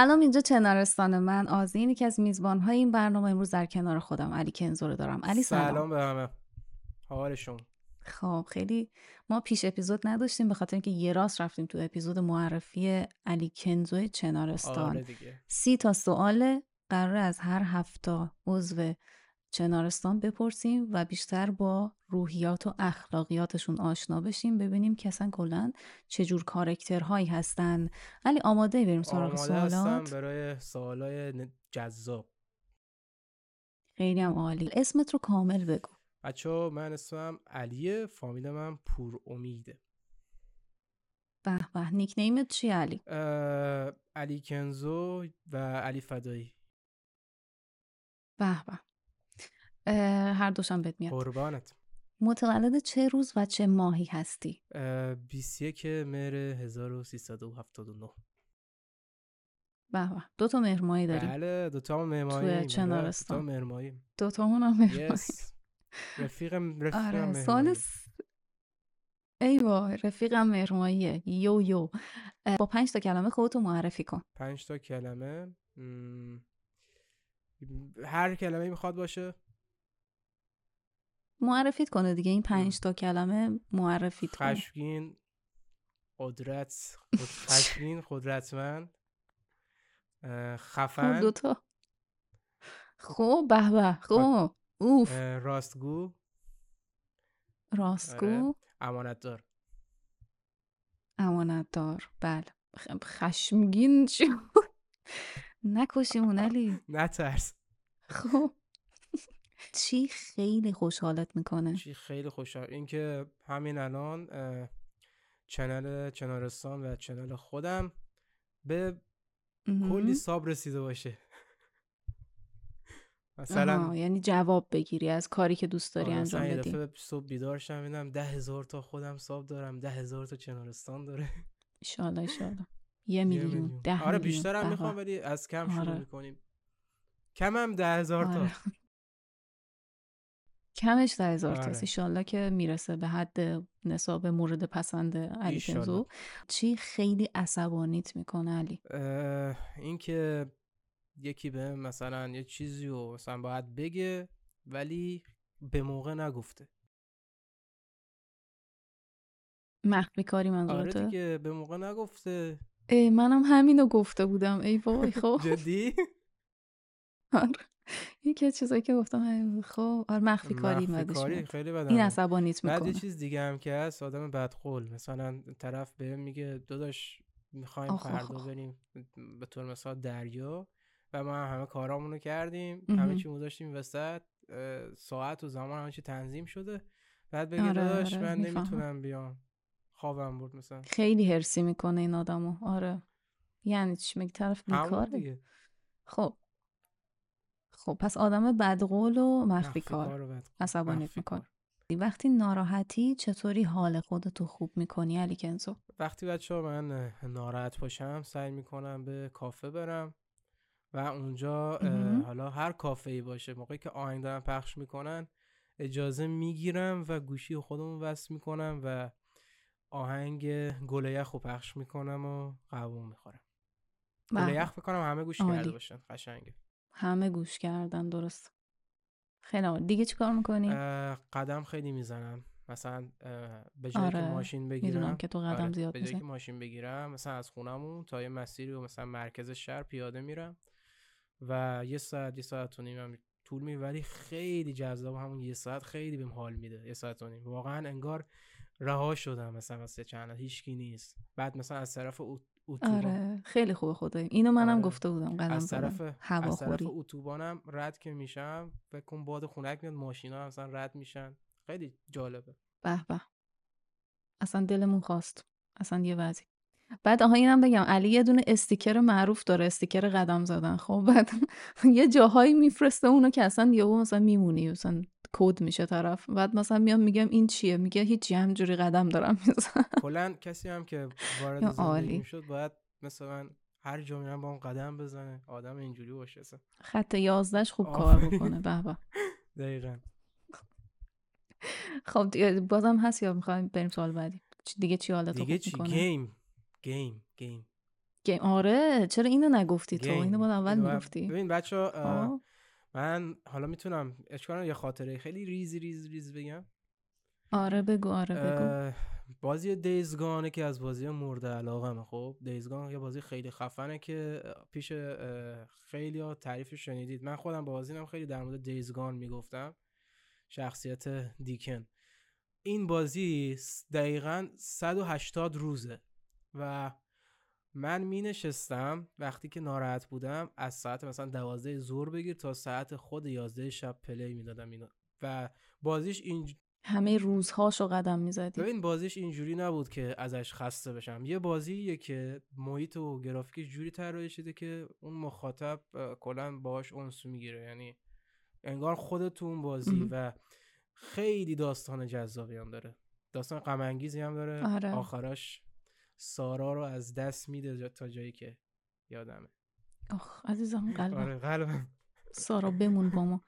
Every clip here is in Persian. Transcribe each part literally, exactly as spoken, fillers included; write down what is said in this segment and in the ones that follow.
سلام، اینجا چنارستان. من آذین، یکی از میزبان‌های این برنامه. امروز در کنار خودم علی کنزو رو دارم. علی سلام. سلام به همه. حال شما؟ خب خیلی ما پیش اپیزود نداشتیم به خاطر اینکه یه راست رفتیم تو اپیزود معرفی علی کنزو چنارستان. آره دیگه. سی تا سوال قراره از هر هفته عضو چنارستان بپرسیم و بیشتر با روحیات و اخلاقیاتشون آشنا بشیم، ببینیم که اصلا کلن چجور کاراکترهایی هستن. علی آماده بریم سراغ سوالات؟ آماده هستم برای سوالای جذاب. خیلی هم عالی. اسمت رو کامل بگو. بچه‌ها من اسمم علیه، فامیل من پور امیده. به به. نیک نیمت چی علی؟ علی کنزو و علی فدایی. به به. هر دوشم بهت میاد. قربانت. متولد چه روز و چه ماهی هستی؟ بیست و یک مهر هزار و سیصد و هفتاد و نه. به به. دو تا مهر ماهی داریم. بله دو تا مهر ماهی. توی چنارستان. دو تا مهر ماهی. دو تامون هم مهر ماهی. یس. رفیقم رفیقم آره مهر سال ماهی. س... ای وای رفیقم مهر ماهیه. یو یو. با پنج تا کلمه خودتو معرفی کن. پنج تا کلمه. م... هر کلمه میخواد باشه. معرفیت کنه دیگه. این پنج تا کلمه معرفیت کنه. خشمگین، قدرت، خشمگین، قدرتمند، خفن. خب دوتا. خب به به. خب اوف. راستگو. راستگو. امانتدار. امانتدار. بله. خشمگین چی؟ نکشیمون علی. نترس. خب چی خیلی خوشحالت میکنه؟ چی خیلی خوشحال این که همین الان چنل چنارستان و چنل خودم به کلی ساب رسیده باشه. مثلا یعنی جواب بگیری از کاری که دوست داری انجام بدی. مثلا یه دفعه صبح بیدار شم ببینم ده هزار تا خودم ساب دارم، ده هزار تا چنارستان داره. ایشالله ایشالله. یه میلیون، ده آره میلیون. بیشترم میخوام ولی از کم شروع آره. میکنیم. کمم ده هزار تا. آره. کمش ده هزار آره. تاست. ایشالله که میرسه به حد نصاب مورد پسند علی کنزو. چی خیلی عصبانیت میکنه علی؟ این که یکی به مثلا یه چیزی رو مثلا باید بگه ولی به موقع نگفته. مخفی کاری منظورته؟ آره دیگه به موقع نگفته. ای منم همینو گفته بودم. ای وای. خب جدی؟ آره یکی چیزایی که گفتم همین. خب آره مخفی کاری مخفی کاری خیلی بدم. این عصبانیت میکنه. بعد یه چیز دیگه هم که هست آدم بدقول. مثلا طرف بهم میگه داداش میخوایم فردا بریم به طور مثال دریا و ما همه کارامونو کردیم، همه چی داشتیم وسط، ساعت و زمان همه چی تنظیم شده، بعد بگه آره داداش آره من میفهم. نمیتونم بیام خوابم برد مثلا. خیلی هرسی میکنه این آدمو. آره یعنی چی میگه طرف بیکاره؟ خب خب پس آدم بدقول و مخفی کار عصبانیت میکنه. وقتی ناراحتی چطوری حال خودتو خوب میکنی علی کنزو؟ وقتی بچه‌ها من ناراحت باشم سعی میکنم به کافه برم و اونجا حالا هر کافه‌ای باشه موقعی که آهنگ دارن پخش میکنن اجازه میگیرم و گوشی خودمو وصل میکنم و آهنگ گل یخو پخش میکنم و قهوه میخورم. گل یخ بکنم همه گوش آلی. کرده باشن. قشنگه. همه گوش کردن. درست. خیلی عالی. دیگه چی کار میکنی؟ قدم خیلی میزنم. مثلا به جایی آره. که ماشین بگیرم میدونم که تو قدم آره. زیاد به جایی میزن. که ماشین بگیرم مثلا از خونمون تا یه مسیری و مثلا مرکز شهر پیاده میرم و یه ساعت یه ساعت و نیم طول میبره ولی خیلی جذاب. همون یه ساعت خیلی بهم حال میده. یه ساعت و نیم واقعا انگار رها شدم مثلا واسه چند هیچکی نیست. بعد مثلا از طرف اتوبان آره خیلی خوبه خدایی. اینو منم آره. گفته بودم قدم از طرف هواخوری. از طرف اتوبانم رد که میشم فکر کنم باد خنک میاد ماشینا مثلا رد میشن. خیلی جالبه. به به. اصلا دلمون خواست. اصلا یه وضعی. بعد آها اینم بگم علی یه دونه استیکر معروف داره، استیکر قدم زدن. خب بعد یه جاهایی میفرسته اونو که اصلا یهو مثلا میمونی، مثلا کد میشه طرف. بعد مثلا میام میگم این چیه؟ میگه هیچی همجوری قدم دارم میزنم. کلا کسی هم که وارد زندگی میشد باید مثلا هر جا میرم با اون قدم بزنه. آدم اینجوری باشه اصلا. خط یازدهش خوب کار بکنه. به به. دقیقاً. خب بازم هست یا میخوایم بریم سوال بعدی؟ دیگه چی حالتو خوب دیگه چی؟ میکنه؟ گیم گیم گیم گیم. آره چرا اینو نگفتی تو؟ اینو گیم باید اول اینو میگفتی. ببین بچه خب من حالا میتونم اشکال یه خاطره خیلی ریز ریز ریز بگم. آره بگو آره بگو. بازی دیزگانه که از بازی مورد علاقمه. خب دیزگان یه بازی خیلی خفنه که پیش خیلی ها تعریفش شنیدید. من خودم بازینم خیلی در مورد دیزگان میگفتم، شخصیت دیکن. این بازی دقیقاً صد و هشتاد روزه و من می نشستم وقتی که ناراحت بودم از ساعت مثلا دوازده ظهر بگیر تا ساعت خود یازده شب پلی می دادم اینو و بازیش این همه روزهاشو قدم می زدی. ببین بازیش اینجوری نبود که ازش خسته بشم. یه بازیه که محیط و گرافیکش جوری طراحی شده که اون مخاطب کلاً باهاش انس میگیره، یعنی انگار خودت تو اون بازی. و خیلی داستان جذابی هم داره، داستان غم انگیزی هم داره. آره. آخرش سارا رو از دست میده تا جایی که یادمه. آخ عزیزم قلبم. آره قلبم. سارا بمون با ما.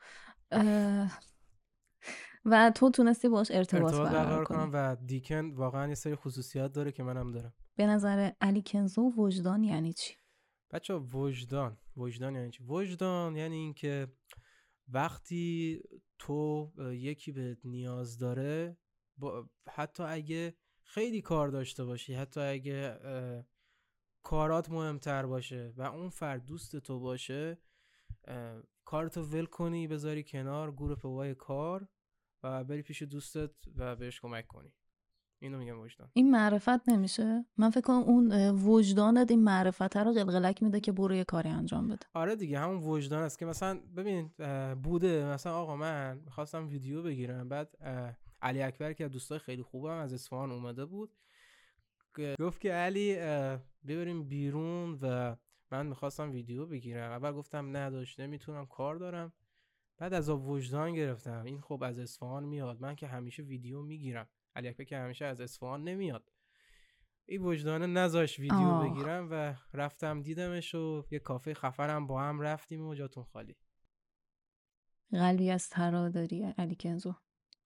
و تو تونستی باش ارتباط, ارتباط برقرار کنی. کنم و دیکن واقعا یه سری خصوصیات داره که منم دارم. به نظر علی کنزو وجدان یعنی چی؟ بچه وجدان وجدان یعنی چی؟ وجدان یعنی این که وقتی تو یکی بهت نیاز داره، حتی اگه خیلی کار داشته باشی، حتی اگه کارات مهمتر باشه و اون فرد دوست تو باشه، کارتو ول کنی بذاری کنار گور پوای کار و بری پیش دوستت و بهش کمک کنی. اینو میگم وجدان. این معرفت نمیشه؟ من فکر کنم اون وجدانت این معرفت رو قلقلک میده که برو یه کاری انجام بده. آره دیگه همون وجدان است که مثلا ببین بوده مثلا آقا من میخواستم ویدیو بگیرم، بعد علی اکبر که دوستای خیلی خوبم از اصفهان اومده بود، گفت که علی ببریم بیرون و من میخواستم ویدیو بگیرم. اول گفتم نه داشت نمیتونم کار دارم، بعد از وجدان گرفتم این خب از اصفهان میاد، من که همیشه ویدیو میگیرم، علی اکبر که همیشه از اصفهان نمیاد. این وجدانه نذاش ویدیو آه. بگیرم و رفتم دیدمش و یه کافه خفنم با هم رفتیم و جاتون خالی. قلبی از ترا داری علی کنزو.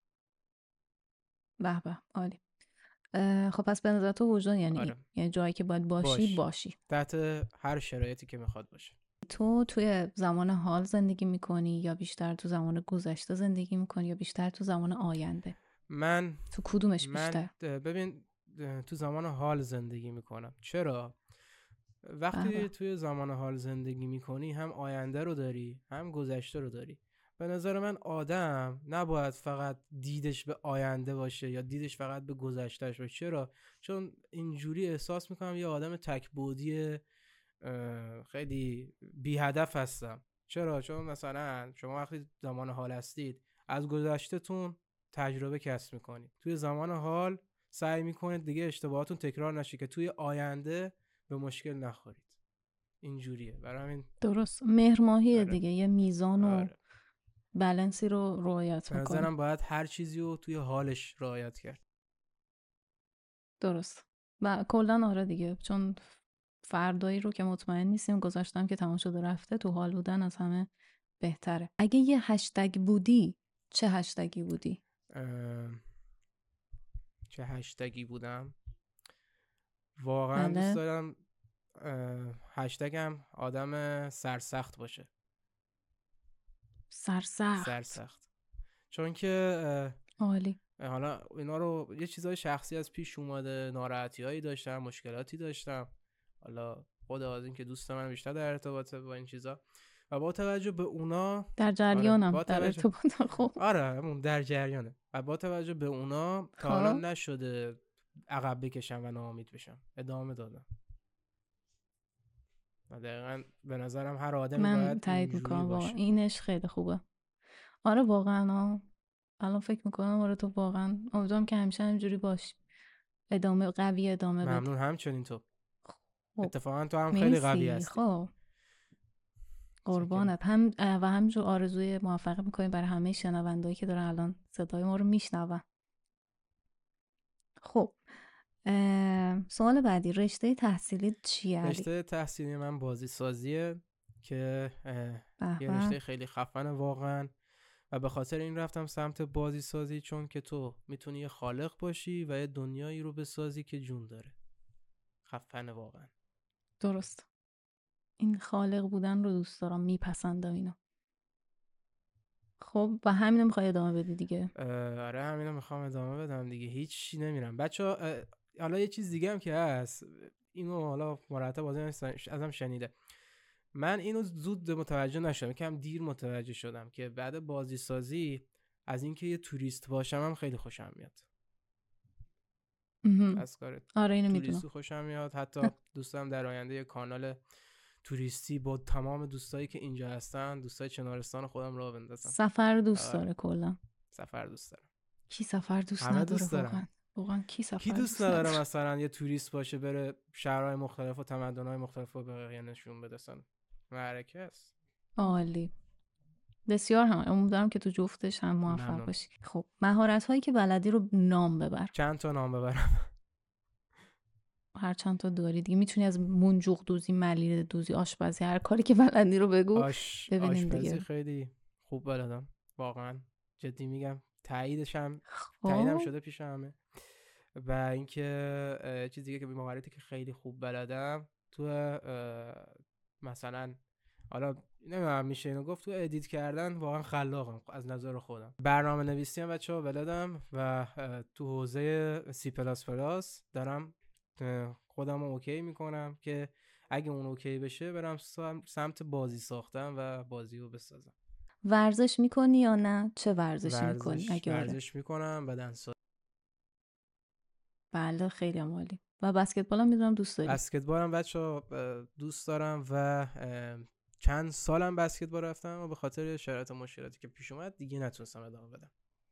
به به عالی. خب پس به نظر تو وجدان یعنی آره. یعنی جایی که باید باشی باش. باشی تحت هر شرایطی که میخواد باشه. تو توی زمان حال زندگی میکنی یا بیشتر تو زمان گذشته زندگی میکنی یا بیشتر تو زمان آینده؟ من تو کدومش من بیشتر؟ ببین تو زمان حال زندگی میکنم. چرا؟ وقتی آه. توی زمان حال زندگی میکنی هم آینده رو داری هم گذشته رو داری. به نظر من آدم نباید فقط دیدش به آینده باشه یا دیدش فقط به گذشتهش باشه. چرا؟ چون اینجوری احساس میکنم یه آدم تکبودی خیلی بی هدف هستم. چرا؟ چون مثلا شما وقتی زمان حال هستید از گذشتهتون تجربه کسب میکنید، توی زمان حال سعی میکنید دیگه اشتباهاتون تکرار نشه که توی آینده به مشکل نخورید. اینجوریه. برای همین درست مهرماهیه دیگه، یه میزان و آره. بالانسی رو رعایت میکنه. به نظرم باید هر چیزی رو توی حالش رعایت کرد. درست. و کلا آره دیگه، چون فردایی رو که مطمئن نیستیم گذاشتم که تمام شده رفته، تو حال بودن از همه بهتره. اگه یه هشتگ بودی چه هشتگی بودی؟ چه هشتگی بودم؟ واقعا بله. دوست دارم هشتگم آدم سرسخت باشه. سرسخت سرسخت چون که عالی. حالا اینا رو یه چیزای شخصی از پیش اومده، ناراحتیایی داشتم، مشکلاتی داشتم، حالا خود از این که دوست من بیشتر در ارتباطه با این چیزا و با توجه به اونا در جریانم آره در ارتباط خوب آره همون در جریانه و با توجه به اونا تا حالا نشده عقب بکشم و ناامید بشم، ادامه دادم. و دقیقاً به نظرم هر آدمی من باید تایید میکنم واقعا اینش خیلی خوبه. آره واقعا الان فکر میکنم آره تو واقعا امیدوارم که همیشه اینجوری باشی، ادامه قوی ادامه بدی. ممنون. همچنین تو خب. اتفاقا تو هم خیلی قوی هستی. خب قربانت. هم و همینجور آرزوی موفقیت میکنیم برای همه شنوندهایی که دارن الان صدای ما رو میشنون. خب سوال بعدی، رشته تحصیلی چیه؟ رشته تحصیلی من بازی سازیه که یه رشته خیلی خفنه واقعا و به خاطر این رفتم سمت بازی سازی، چون که تو میتونی یه خالق باشی و یه دنیایی رو بسازی که جون داره. خفنه واقعا. درست. این خالق بودن رو دوست دارم، میپسندم اینو. خب و همینو میخوای ادامه بدی دیگه؟ آره همینو میخوام ادامه بدم دیگه، هیچ نمیرم بچه. حالا یه چیز دیگه هم که هست، اینو حالا مرتب ازم شنیده، من اینو زود متوجه نشدم، یکم دیر متوجه شدم که بعد بازی سازی از اینکه یه توریست باشم هم خیلی خوشم میاد. از کار آره اینو توریستی میدونم. خوشم میاد. حتی دوستم در آینده یه کانال توریستی با تمام دوستایی که اینجا هستن، دوستای چنارستان خودم راه بندازم. سفر دوست داره کلا. سفر دوست داره. کی سفر دوست همه نداره دوست واقعا؟ واقعا کی سفر کی دوست, دوست نداره مثلا یه توریست باشه، بره شهرهای مختلف و تمدن‌های مختلف رو به بقیه نشون بده؟ اصلا معرکه است. عالی. بسیار هم امیدوارم که تو جفتش هم موفق باشی. خب مهارت هایی که بلدی رو نام ببر. چند تا نام ببرم؟ هر چند تا داری دیگه. میتونی از منجوق دوزی، ملیده دوزی، آشپزی، هر کاری که بلدی رو بگو. آش... ببینیم آشپزی دیگه. خیلی خوب بلدم واقعا، جدی میگم. تاییدش هم تاییدم شده پیش همه. و اینکه چیزی دیگه که مهارتی که خیلی خوب بلدم تو مثلا، حالا نمیدونم میشه اینو گفت، تو ادیت کردن واقعا خلاقم از نظر خودم. برنامه نویسی هم بچه‌ها بلدم و تو حوزه سی پلاس پلاس دارم خودم رو اوکی میکنم که اگه اون اوکی بشه برم سمت بازی ساختن و بازی رو بسازم. ورزش میکنی یا نه؟ چه ورزشی ورزش میکنی؟ اگه ورزش میکنم، بدنسازی. بله خیلی عالی. و بسکتبال هم میدونم دوست داری. بسکتبال هم بچه‌ها دوست دارم و چند سالم بسکتبال رفتم و به خاطر شرایط مشکلاتی که پیش اومد دیگه نتونستم ادامه بدم.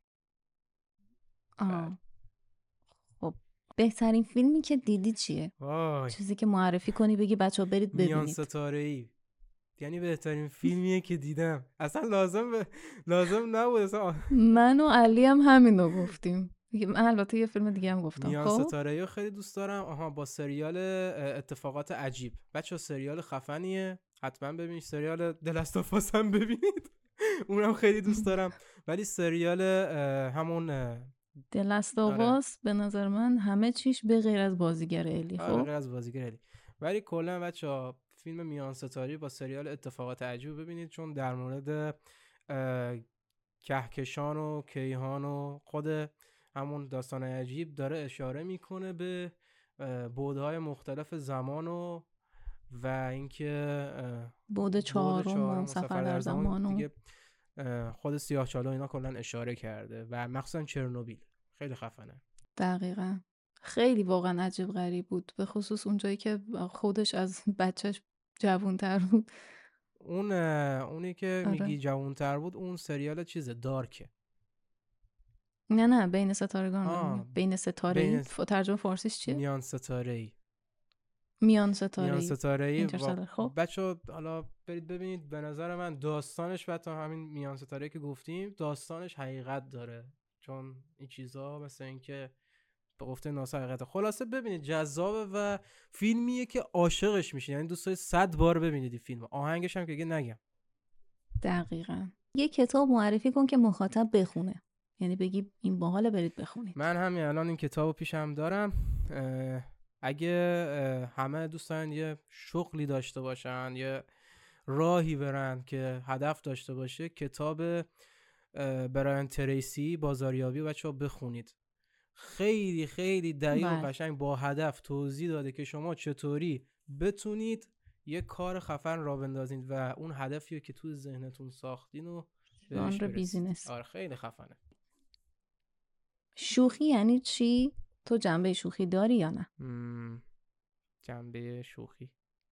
آه. خب بهترین فیلمی که دیدی چیه؟ وای. چیزی که معرفی کنی بگی بچه‌ها برید ببینید. میان ستاره‌ای، یعنی بهترین فیلمیه که دیدم. اصلا لازم به... لازم نبود اصلا. من و علی هم همینو گفتیم. البته یه فیلم دیگه هم گفتم. میان خب ستاره‌ای رو خیلی دوست دارم. آها با سریال اتفاقات عجیب. بچه‌ها سریال خفنیه، حتما ببینید. سریال دلستافاس هم ببینید. اونم خیلی دوست دارم. ولی سریال همون دلستافاس به نظر من همه چیش به غیر از بازیگر الی. خب به خب غیر از بازیگر الی. ولی کلا بچه‌ها فیلم میان ستاره‌ای با سریال اتفاقات عجیب ببینید، چون در مورد کهکشان و کیهان و خود همون داستان عجیب داره اشاره میکنه به بعدهای مختلف زمان و و اینکه بعد چهارم و سفر در زمان دیگه خود سیاه‌چاله اینا کلا اشاره کرده و مخصوصا چرنوبیل خیلی خفنه. دقیقاً خیلی واقعا عجیب غریب بود، به خصوص اونجایی که خودش از بچهش جوان‌تر بود. اون اونی که آره. میگی جوان‌تر بود اون سریال چیزه، دارکه. نه نه بین ستارگان. بین ستاره‌ای بین... ترجمه فارسیش چیه؟ میان ستاره‌ای. میان ستاره‌ای. میان ستاره‌ای. خب بچه‌ها حالا برید ببینید. به نظر من داستانش حتی همین میان ستاره‌ای که گفتیم داستانش حقیقت داره، چون این چیزا مثل این که به گفته ناصر حقیقت. خلاصه ببینید جذابه و فیلمیه که عاشقش میشین، یعنی دوست دارید صد بار ببینید این فیلمو. آهنگش هم که نگم. دقیقاً. یه کتاب معرفی کن که مخاطب بخونه، یعنی بگی این باحاله برید بخونید. من همین الان این کتابو پیشم دارم. اگه همه دوستان یه شغلی داشته باشن، یه راهی برن که هدف داشته باشه، کتاب برایان تریسی بازاریابی بچه‌ها بخونید. خیلی خیلی دقیق و قشنگ با هدف توضیح داده که شما چطوری بتونید یه کار خفن را بندازید و اون هدفی که تو ذهنتون ساختین و بهش برسید. آره خیلی خفنه. شوخی یعنی چی؟ تو جنبه شوخی داری یا نه؟ مم. جنبه شوخی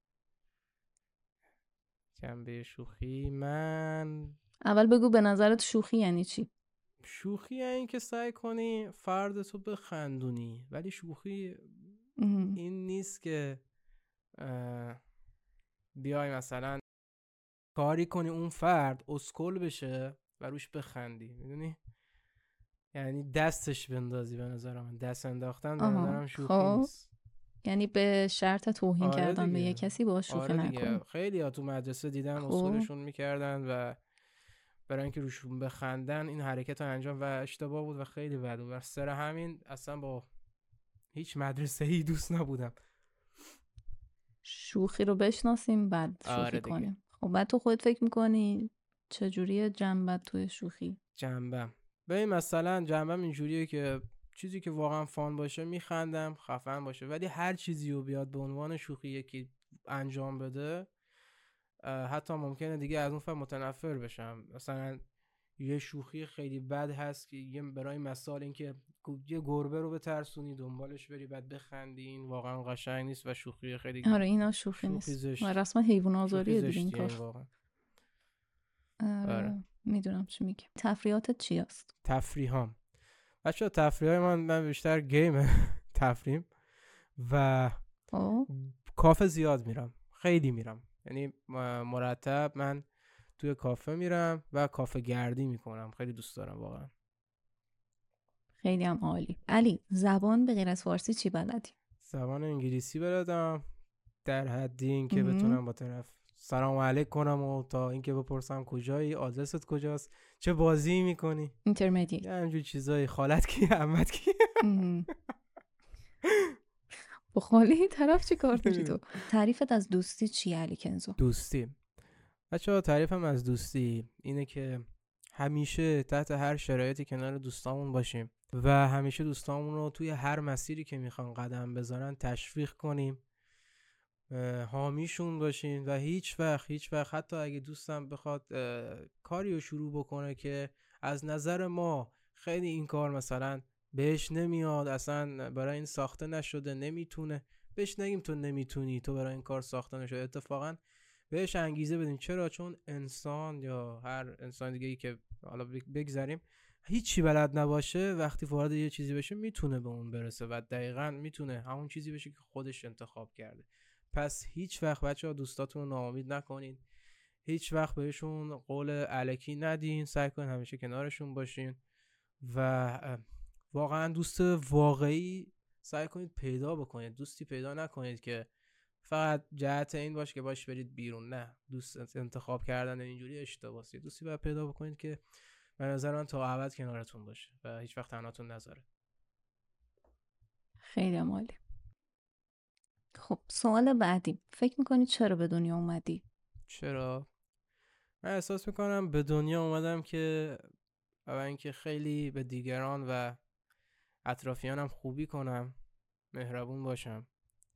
جنبه شوخی من اول بگو به نظرت شوخی یعنی چی؟ شوخی یعنی که سعی کنی فردتو بخندونی، ولی شوخی ام. این نیست که بیای مثلا کاری کنی اون فرد اسکول بشه و روش بخندی، میدونی؟ یعنی دستش بندازی. به نظر من دست انداختن به نظرم شوخی خب. نیست. یعنی به شرط توهین آره کردن دیگه. به یه کسی با شوخی آره نکنی. خیلی ها تو مدرسه دیدم خب. اسکولشون میکردن و برای اینکه روشون بخندن این حرکت رو انجام و اشتباه بود و خیلی بد بود. سر همین اصلا با هیچ مدرسه‌ای دوست نبودم. شوخی رو بشناسیم بعد شوخی آره دیگه. کنیم. خب بعد تو خودت فکر میکنی چجوریه جنبت توی شوخی؟ جنبم ببین مثلا جنبم اینجوریه که چیزی که واقعا فان باشه میخندم، خفن باشه، ولی هر چیزی رو بیاد به عنوان شوخی یکی انجام بده حتی ممکنه دیگه از اون فهم متنفر بشم. مثلا یه شوخی خیلی بد هست که یه برای مثال این که یه گربه رو بترسونی دنبالش بری بعد بخندی، این واقعا قشنگ نیست و شوخی خیلی آره اینا شوخی, شوخی نیست زشت، و رسما حیوان شوخی آزاریه دیگه این زشتیه این کار. واقعا. آره, آره. میدونم چی میگی. تفریحاتت چی هست؟ تفریحام بچه‌ها تفریحای من من بیشتر گیمه تفریحم و او کافه زیاد میرم، خیلی میرم، یعنی مرتب من توی کافه میرم و کافه گردی میکنم، خیلی دوست دارم واقعا. خیلی هم عالی. علی زبان به غیر از فارسی چی بلدی؟ زبان انگلیسی بلدم در حدی این که بتونم با طرف سلام علیک کنم و تا اینکه بپرسم کجایی، آدرست کجاست، چه بازی میکنی، اینترمدییت، یه همینجور چیزایی، خالت کی، عمت کی. با خاله طرف چی کار داری تو؟ تعریفت از دوستی چیه علی کنزو؟ دوستی بچه‌ها تعریفم از دوستی اینه که همیشه تحت هر شرایطی کنار دوستامون باشیم و همیشه دوستامون رو توی هر مسیری که میخوان قدم بذارن تشویق کنیم، حامیشون باشین و هیچ وقت هیچ وقت حتی اگه دوستم بخواد کاری رو شروع بکنه که از نظر ما خیلی این کار مثلا بهش نمیاد، اصلا برای این ساخته نشده، نمیتونه، بهش نگیم تو نمیتونی، تو برای این کار ساخته نشده، اتفاقا بهش انگیزه بدین. چرا؟ چون انسان یا هر انسان دیگه‌ای که حالا بگذاریم هیچی بلد نباشه وقتی وارد یه چیزی بشه میتونه به اون برسه و دقیقاً میتونه همون چیزی بشه که خودش انتخاب کرده. پس هیچ وقت بچه‌ها دوستاتون رو ناامید نکنین، هیچ وقت بهشون قول الکی ندین، سعی کنین همیشه کنارشون باشین و واقعا دوست واقعی سعی کنید پیدا بکنید. دوستی پیدا نکنید که فقط جهت این باشه که باش برید بیرون، نه، دوست انتخاب کردن اینجوری اشتباهه. دوستی باید پیدا بکنید که به نظر من تا ابد کنارتون باشه و هیچ وقت تنهاتون نذاره. خیلی عالی. خب سوال بعدی، فکر میکنی چرا به دنیا اومدی؟ چرا؟ من احساس میکنم به دنیا اومدم که اول اینکه خیلی به دیگران و اطرافیانم خوبی کنم، مهربون باشم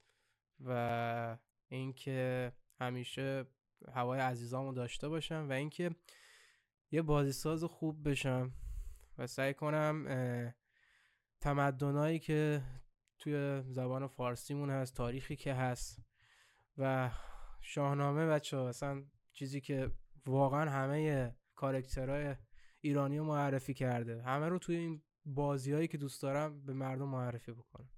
و اینکه همیشه هوای عزیزامو داشته باشم و اینکه یه بازیساز خوب بشم و سعی کنم تمدنایی که توی زبان فارسیمون هست، تاریخی که هست و شاهنامه بچه‌ها اصلا چیزی که واقعا همه کاراکترهای ایرانی رو معرفی کرده، همه رو توی این بازیایی که دوست دارم به مردم معرفی بکنم.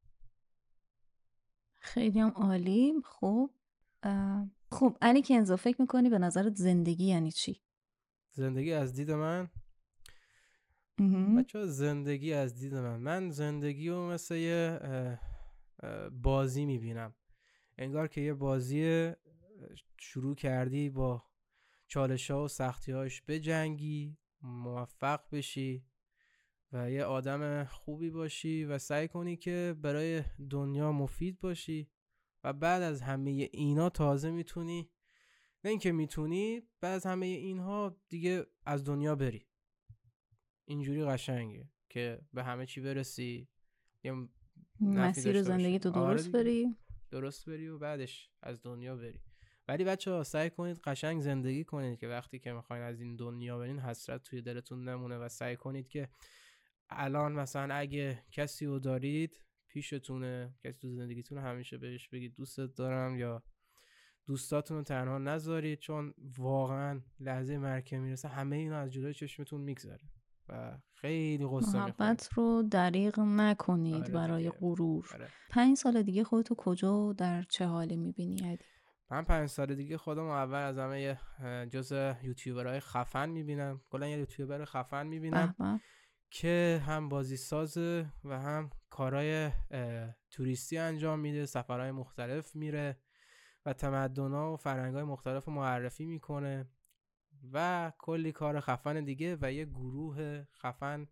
خیلی هم عالی. خب خب علی کنزو فکر میکنی به نظرت زندگی یعنی چی؟ زندگی از دید من بچه ها زندگی از دید من من زندگی رو مثل یه بازی میبینم، انگار که یه بازی شروع کردی با چالش ها و سختی هاش بجنگی، موفق بشی و یه آدم خوبی باشی و سعی کنی که برای دنیا مفید باشی و بعد از همه اینا تازه میتونی، نه اینکه میتونی، بعد از همه اینها دیگه از دنیا بری. اینجوری قشنگه که به همه چی برسی، یه مسیر زندگی تو درست بری، درست بری و بعدش از دنیا بری. ولی بچه‌ها سعی کنید قشنگ زندگی کنید که وقتی که میخواین از این دنیا برین حسرت توی دلتون نمونه و سعی کنید که الان مثلا اگه کسی رو دارید پیشتونه، کسی تو زندگیتون، همیشه بهش بگید دوستت دارم یا دوستاتون رو تنها نذارید، چون واقعا لحظه مرگ که میرسه همه اینا از جلوی چشمتون میگذره و خیلی غصه میخورید. محبت رو دریغ نکنید. آره برای غرور. آره. پنج سال دیگه خودتو کجا و در چه حالی میبینی علی؟ من پنج سال دیگه خودم اول از همه جز یوتیوبرهای خفن میبینم، کلا یه یوتیوبر خفن میبینم بحبه. که هم بازی سازه و هم کارهای توریستی انجام میده، سفرهای مختلف میره و تمدن‌ها و فرهنگ‌های مختلف معرفی میکنه و کلی کار خفن دیگه و یه گروه خفن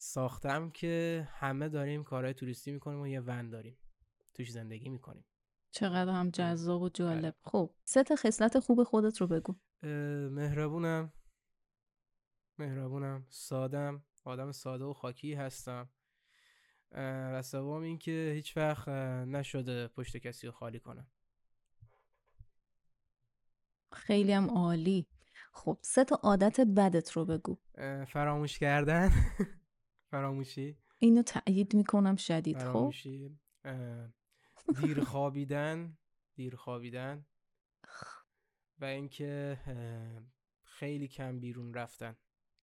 ساختم که همه داریم کارهای توریستی میکنیم و یه ون داریم توش زندگی میکنیم. چقدر هم جذاب و جالب. خب سه تا خصلت خوب خودت رو بگو. مهربونم مهربونم سادم، آدم ساده و خاکی هستم. و سوم این که هیچ وقت نشده پشت کسی رو خالی کنم. خیلی هم عالی. خب سه تا عادت بدت رو بگو. فراموش کردن. فراموشی. اینو تأیید میکنم شدید. خب فراموشی. دیر خوابیدن دیر خوابیدن و اینکه خیلی کم بیرون رفتن.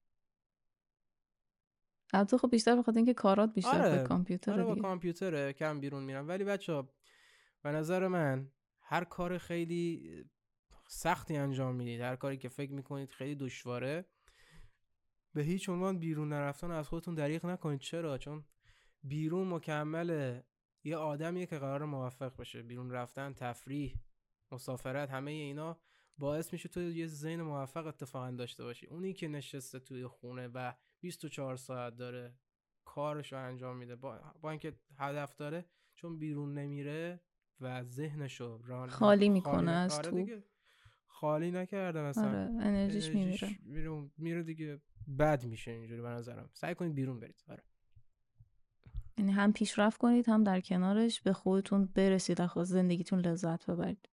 البته خب بیشتر بخاطر اینکه کارات بیشتر آره. به کامپیوتر آره دیگه. با کامپیوتره کم بیرون میرم. ولی بچه‌ها به نظر من هر کار خیلی سختی انجام میدید، هر کاری که فکر میکنید خیلی دشواره، به هیچ عنوان بیرون نرفتن از خودتون دریغ نکنید. چرا؟ چون بیرون مکمل یه آدمیه که قرار موفق بشه. بیرون رفتن، تفریح، مسافرت، همه اینا باعث میشه تو یه ذهن موفق اتفاقا داشته باشی. اونی که نشسته توی خونه و بیست و چهار ساعت داره کارشو انجام میده با, با اینکه هدف داره، چون بیرون نمیره و ذهنشو ران خالی میکنه از تو. دیگه خالی نکرده مثلا. آره انرژیش میمیره. میره میره دیگه بد میشه. اینجوری به نظرم سعی کنید بیرون برید. آره. یعنی هم پیشرفت کنید هم در کنارش به خودتون برسید، از زندگیتون لذت ببرید.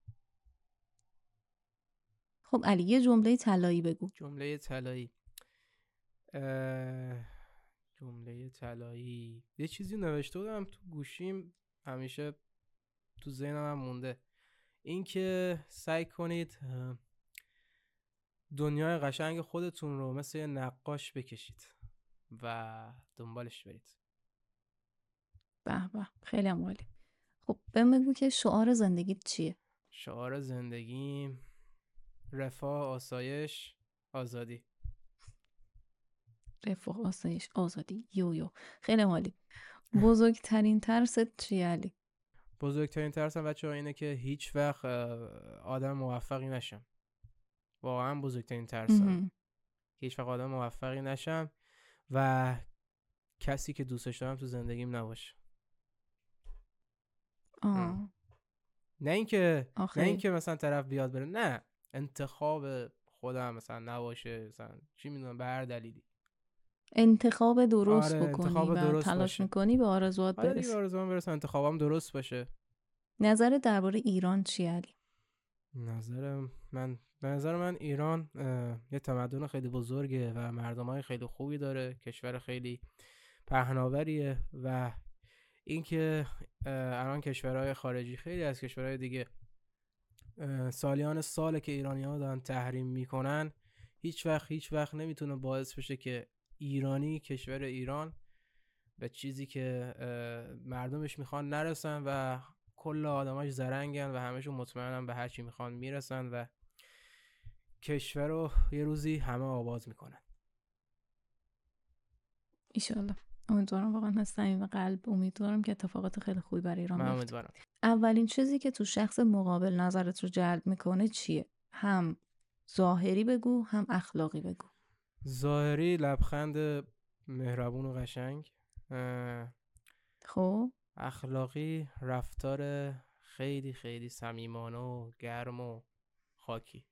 خب علی یه جمله طلایی بگو. جمله طلایی. جمله طلایی یه چیزی نوشته بودم تو گوشیم، همیشه تو ذهنم هم مونده. این که سعی کنید دنیای قشنگ خودتون رو مثل یه نقاش بکشید و دنبالش برید. به به خیلی عالی. خب بهم بگو که شعار زندگیت چیه؟ شعار زندگیم رفاه، آسایش، آزادی. رفاه، آسایش، آزادی. یو یو خیلی عالی. بزرگترین ترست چیه علی؟ بزرگترین ترسم بچه‌ها اینه که هیچ وقت آدم موفقی نشم. واقعا بزرگترین ترسم هیچ وقت آدم موفقی نشم و کسی که دوستش دارم تو زندگیم نباشه. آه. نه اینکه آخه. نه اینکه مثلا طرف بیاد بره، نه، انتخاب خودم مثلا نباشه، مثلا چی میدونم به هر دلیلی انتخاب درست آره، بکنی انتخاب و درست تلاش باشه. میکنی به آرزوات آره برسی. دیگه آرزوام برسه، انتخابم درست باشه. نظر درباره ایران چیه علی؟ نظر من به نظر من ایران یه تمدن خیلی بزرگه و مردمای خیلی خوبی داره، کشور خیلی پهناوریه و اینکه الان کشورهای خارجی، خیلی از کشورهای دیگه سالیان ساله که ایرانی‌ها دارن تحریم میکنن، هیچ وقت هیچ وقت نمیتونه باعث بشه که ایرانی، کشور ایران، به چیزی که مردمش میخوان نرسن و کل آدماش زرنگن و همشون مطمئنن به هر چی میخوان میرسن و کشور رو یه روزی همه آباد میکنن. ایشالله. امیدوارم، واقعا از صمیم قلب امیدوارم که اتفاقات خیلی خوبی برای ایران بیفته. من امیدوارم. اولین چیزی که تو شخص مقابل نظرت رو جلب میکنه چیه؟ هم ظاهری بگو هم اخلاقی بگو. ظاهری لبخند مهربون و قشنگ. خب اخلاقی رفتار خیلی خیلی صمیمانه و گرم و خاکی.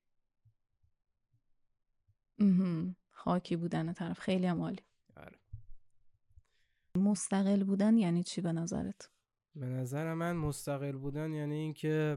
خاکی بودن طرف خیلی هم عالی. آره. مستقل بودن یعنی چی به نظرت؟ به نظر من مستقل بودن یعنی این که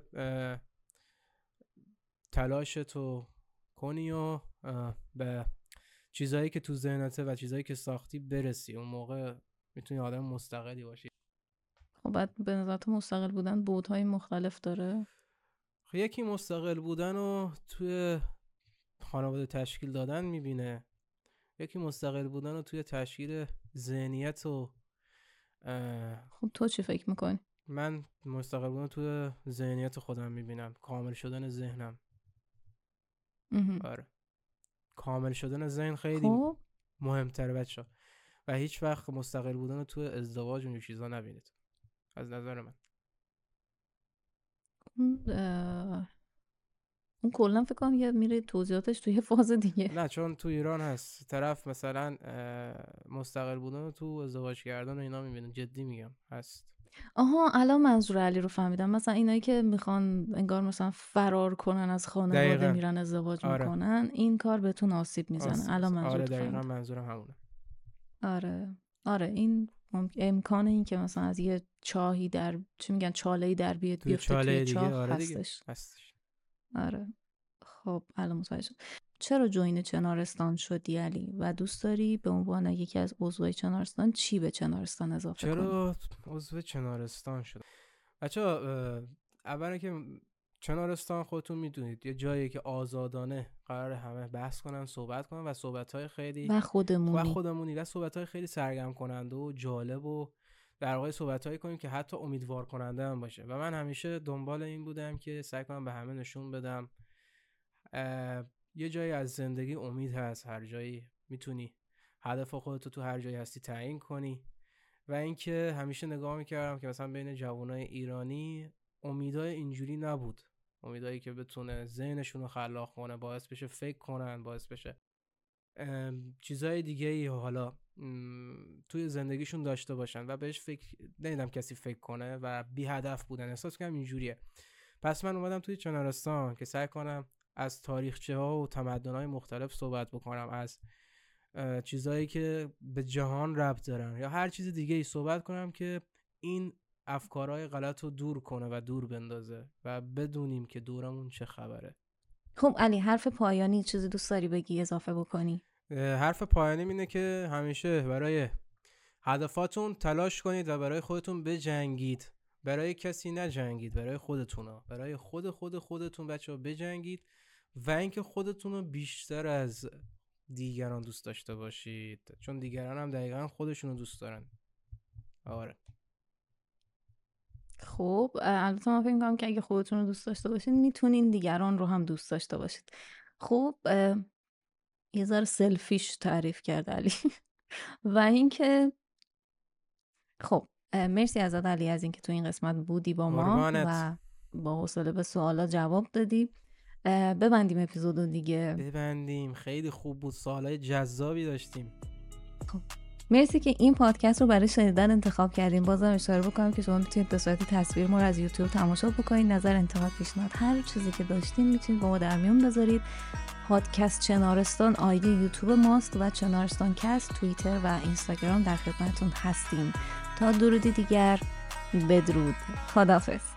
تلاشتو کنی و به چیزایی که تو ذهنته و چیزایی که ساختی برسی. اون موقع میتونی آدم مستقلی باشی. خب بعد به نظر تو مستقل بودن بعدهای مختلف داره؟ خب یکی مستقل بودن رو توی خانواده تشکیل دادن میبینه، یکی مستقل بودن رو توی تشکیل ذهنیت و خب تو چی فکر میکنی؟ من مستقل بودن توی ذهنیت خودم میبینم، کامل شدن ذهنم. آره، کامل شدن ذهن خیلی خب مهمتره بچه، و هیچ وقت مستقل بودن رو توی ازدواج اون چیزا نبینید از نظر من. اون کلا فکر کنم یه میره توضیحاتش توی فاز دیگه. نه چون تو ایران هست طرف مثلا مستقل بودن رو تو ازدواج کردن و اینا میبینه. جدی میگم هست. آها الان منظور علی رو فهمیدم. مثلا اینایی که میخوان انگار مثلا فرار کنن از خانواده، دقیقاً. میرن ازدواج آره. میکنن، این کار بهتون آسیب میزنه. الان منظور آره تو دقیقاً فهمیدم. منظورم همونه. آره آره این امکان این که مثلا از یه چاهی در چی میگن چاله‌ای در بیاد بیفته توی چاه آره هستش. هستش. آره خب الان متوجه شدم. چرا جوین چنارستان شدی علی و دوست داری به عنوان یکی از عضوای چنارستان چی به چنارستان اضافه چرا کنی؟ چرا عضو چنارستان شدم؟ بچه‌ها اولا که چنارستان خودتون میدونید یه جایی که آزادانه قرار همه بحث کنن، صحبت کنن و صحبت‌های خیلی و خودمونی و خودمونی و صحبت‌های خیلی سرگرم کننده و جالب و در واقع صحبت‌هایی کنیم که حتی امیدوار کننده هم باشه. و من همیشه دنبال این بودم که سعی کنم به همه نشون بدم یه جایی از زندگی امید هست، هر جایی میتونی هدف خودت تو هر جایی هستی تعیین کنی. و اینکه همیشه نگاه میکردم که مثلا بین جوانای ایرانی امیدای اینجوری نبود، امیدایی که بتونه ذهنشون رو خلاق کنه، باعث بشه فکر کنن، باعث بشه چیزای دیگه ای حالا توی زندگیشون داشته باشن و بهش فکر نمیدم کسی فکر کنه و بی هدف بودن. احساس کنم اینجوریه. پس من اومدم توی چنارستان که سعی کنم از تاریخچه ها و تمدن های مختلف صحبت بکنم، از چیزایی که به جهان ربط دارن یا هر چیز دیگه ای صحبت کنم که این افکارهای غلط رو دور کنه و دور بندازه و بدونیم که دورمون چه خبره. خب علی حرف پایانی چیزی دوست داری بگی اضافه بکنی؟ حرف پایانی اینه که همیشه برای هدفاتون تلاش کنید و برای خودتون بجنگید. برای کسی نجنگید، برای خودتون، برای خود خود خودتون بچه‌ها بجنگید و اینکه خودتون رو بیشتر از دیگران دوست داشته باشید، چون دیگران هم دقیقاً خودشون رو دوست دارن. آره خب البته من فکر می‌کنم که اگه خودتون رو دوست داشته باشین میتونین دیگران رو هم دوست داشته باشید. خب یه ذره سلفیش تعریف کرد علی. و اینکه خب مرسی ازت علی از اینکه تو این قسمت بودی با ما قربانت. و با حوصله به سوالا جواب دادی. ببندیم اپیزودو دیگه. ببندیم. خیلی خوب بود، سوالای جذابی داشتیم. خب مرسی که این پادکست رو برای شنیدن انتخاب کردیم. بازم اشاره بکنم که شما میتونید به صورت تصویر ما رو از یوتیوب تماشا بکنید. نظر، انتقاد، پیشنهاد، هر چیزی که داشتین میتونید با ما در میون بذارید. پادکست چنارستان آیدی یوتیوب ماست و چنارستان کست توییتر و اینستاگرام در خدمتتون هستیم. تا درودی دیگر، بدرود. خداحافظ.